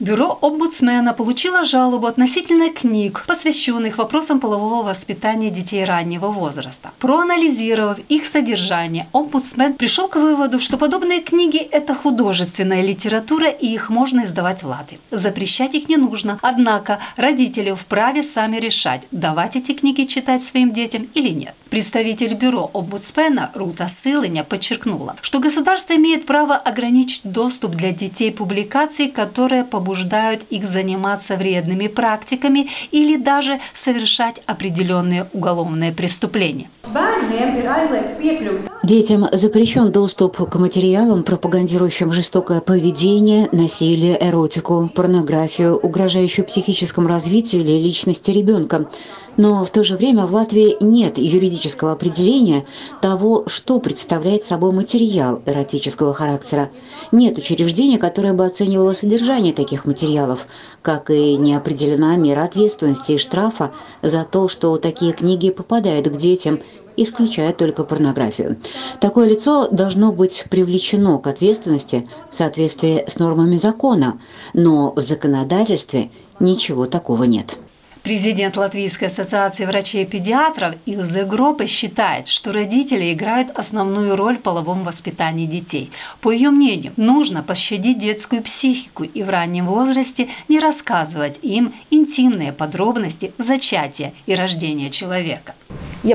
Бюро омбудсмена получило жалобу относительно книг, посвященных вопросам полового воспитания детей раннего возраста. Проанализировав их содержание, омбудсмен пришел к выводу, что подобные книги – это художественная литература, и их можно издавать в Латвии. Запрещать их не нужно, однако родители вправе сами решать, давать эти книги читать своим детям или нет. Представитель бюро омбудсмена Рута Сылыня подчеркнула, что государство имеет право ограничить доступ для детей публикаций, которые побуждают их заниматься вредными практиками или даже совершать определенные уголовные преступления. Детям запрещен доступ к материалам, пропагандирующим жестокое поведение, насилие, эротику, порнографию, угрожающую психическому развитию или личности ребенка. Но в то же время в Латвии нет юридического определения того, что представляет собой материал эротического характера. Нет учреждения, которое бы оценивало содержание таких материалов, как и не определена мера ответственности и штрафа за то, что такие книги попадают к детям, исключая только порнографию. Такое лицо должно быть привлечено к ответственности в соответствии с нормами закона, но в законодательстве ничего такого нет. Президент Латвийской ассоциации врачей-педиатров Илзе Гропе считает, что родители играют основную роль в половом воспитании детей. По ее мнению, нужно пощадить детскую психику и в раннем возрасте не рассказывать им интимные подробности зачатия и рождения человека. Если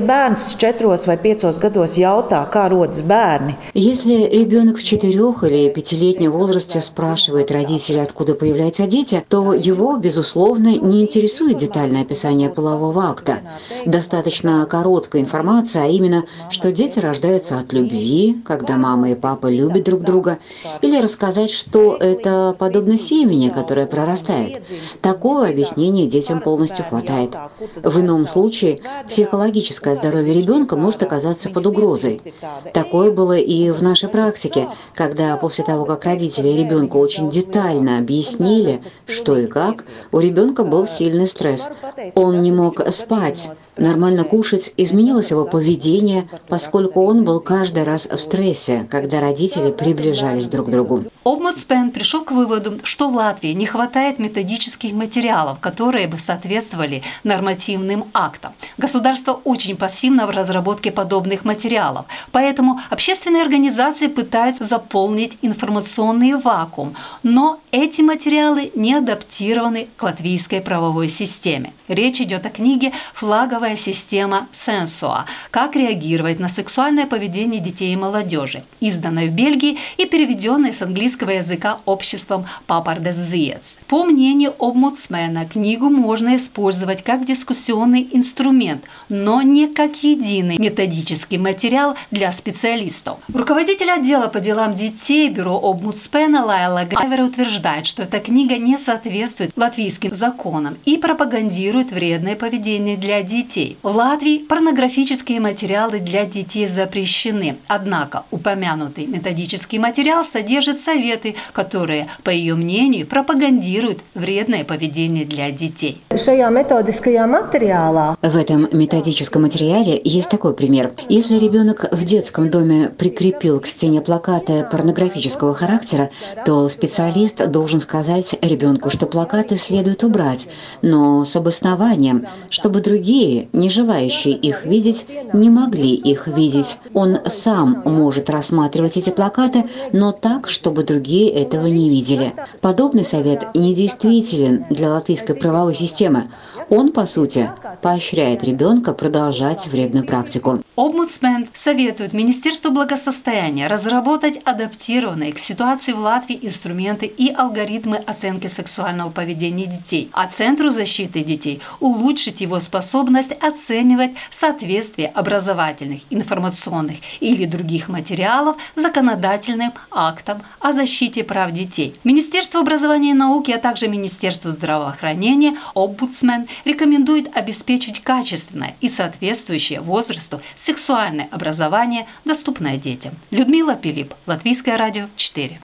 ребенок в 4 или 5-летнем возрасте спрашивает родителей, откуда появляются дети, то его, безусловно, не интересует детальное описание полового акта. Достаточно короткая информация, а именно, что дети рождаются от любви, когда мама и папа любят друг друга, или рассказать, что это подобно семени, которое прорастает. Такого объяснения детям полностью хватает. В ином случае психологическое здоровье ребенка может оказаться под угрозой. Такое было и в нашей практике, когда после того, как родители ребенка очень детально объяснили, что и как, у ребенка был сильный стресс. Он не мог спать, нормально кушать, изменилось его поведение, поскольку он был каждый раз в стрессе, когда родители приближались друг к другу. Омбудсмен пришел к выводу, что в Латвии не хватает методических материалов, которые бы соответствовали нормативным актам. Государство очень пассивно в разработке подобных материалов, поэтому общественные организации пытаются заполнить информационный вакуум, но эти материалы не адаптированы к латвийской правовой системе. Речь идет о книге «Флаговая система Сенсуа. Как реагировать на сексуальное поведение детей и молодежи», изданной в Бельгии и переведенной с английского языка обществом Папардес-Зиец. По мнению омбудсмена, книгу можно использовать как дискуссионный инструмент, но не как единый методический материал для специалистов. Руководитель отдела по делам детей бюро омбудсмена Лайла Гайвер утверждает, что эта книга не соответствует латвийским законам и пропагандирует вредное поведение для детей. В Латвии порнографические материалы для детей запрещены, однако упомянутый методический материал содержит советы, которые, по ее мнению, пропагандируют вредное поведение для детей. В этом методическом материале есть такой пример. Если ребенок в детском доме прикрепил к стене плакаты порнографического характера, то специалист должен сказать ребенку, что плакаты следует убрать, но с обоснованием, чтобы другие, не желающие их видеть, не могли их видеть. Он сам может рассматривать эти плакаты, но так, чтобы другие этого не видели. Подобный совет недействителен для латвийской правовой системы. Он, по сути, поощряет ребенка продолжать вредную практику. Омбудсмен советует Министерству благосостояния разработать адаптированные к ситуации в Латвии инструменты и алгоритмы оценки сексуального поведения детей, а Центру защиты детей улучшить его способность оценивать соответствие образовательных, информационных или других материалов законодательным актам о защите прав детей. Министерство образования и науки, а также Министерство здравоохранения омбудсмен рекомендует обеспечить качественное и соответствующее возрасту сексуальное образование, доступное детям. Людмила Пилип, Латвийское радио 4.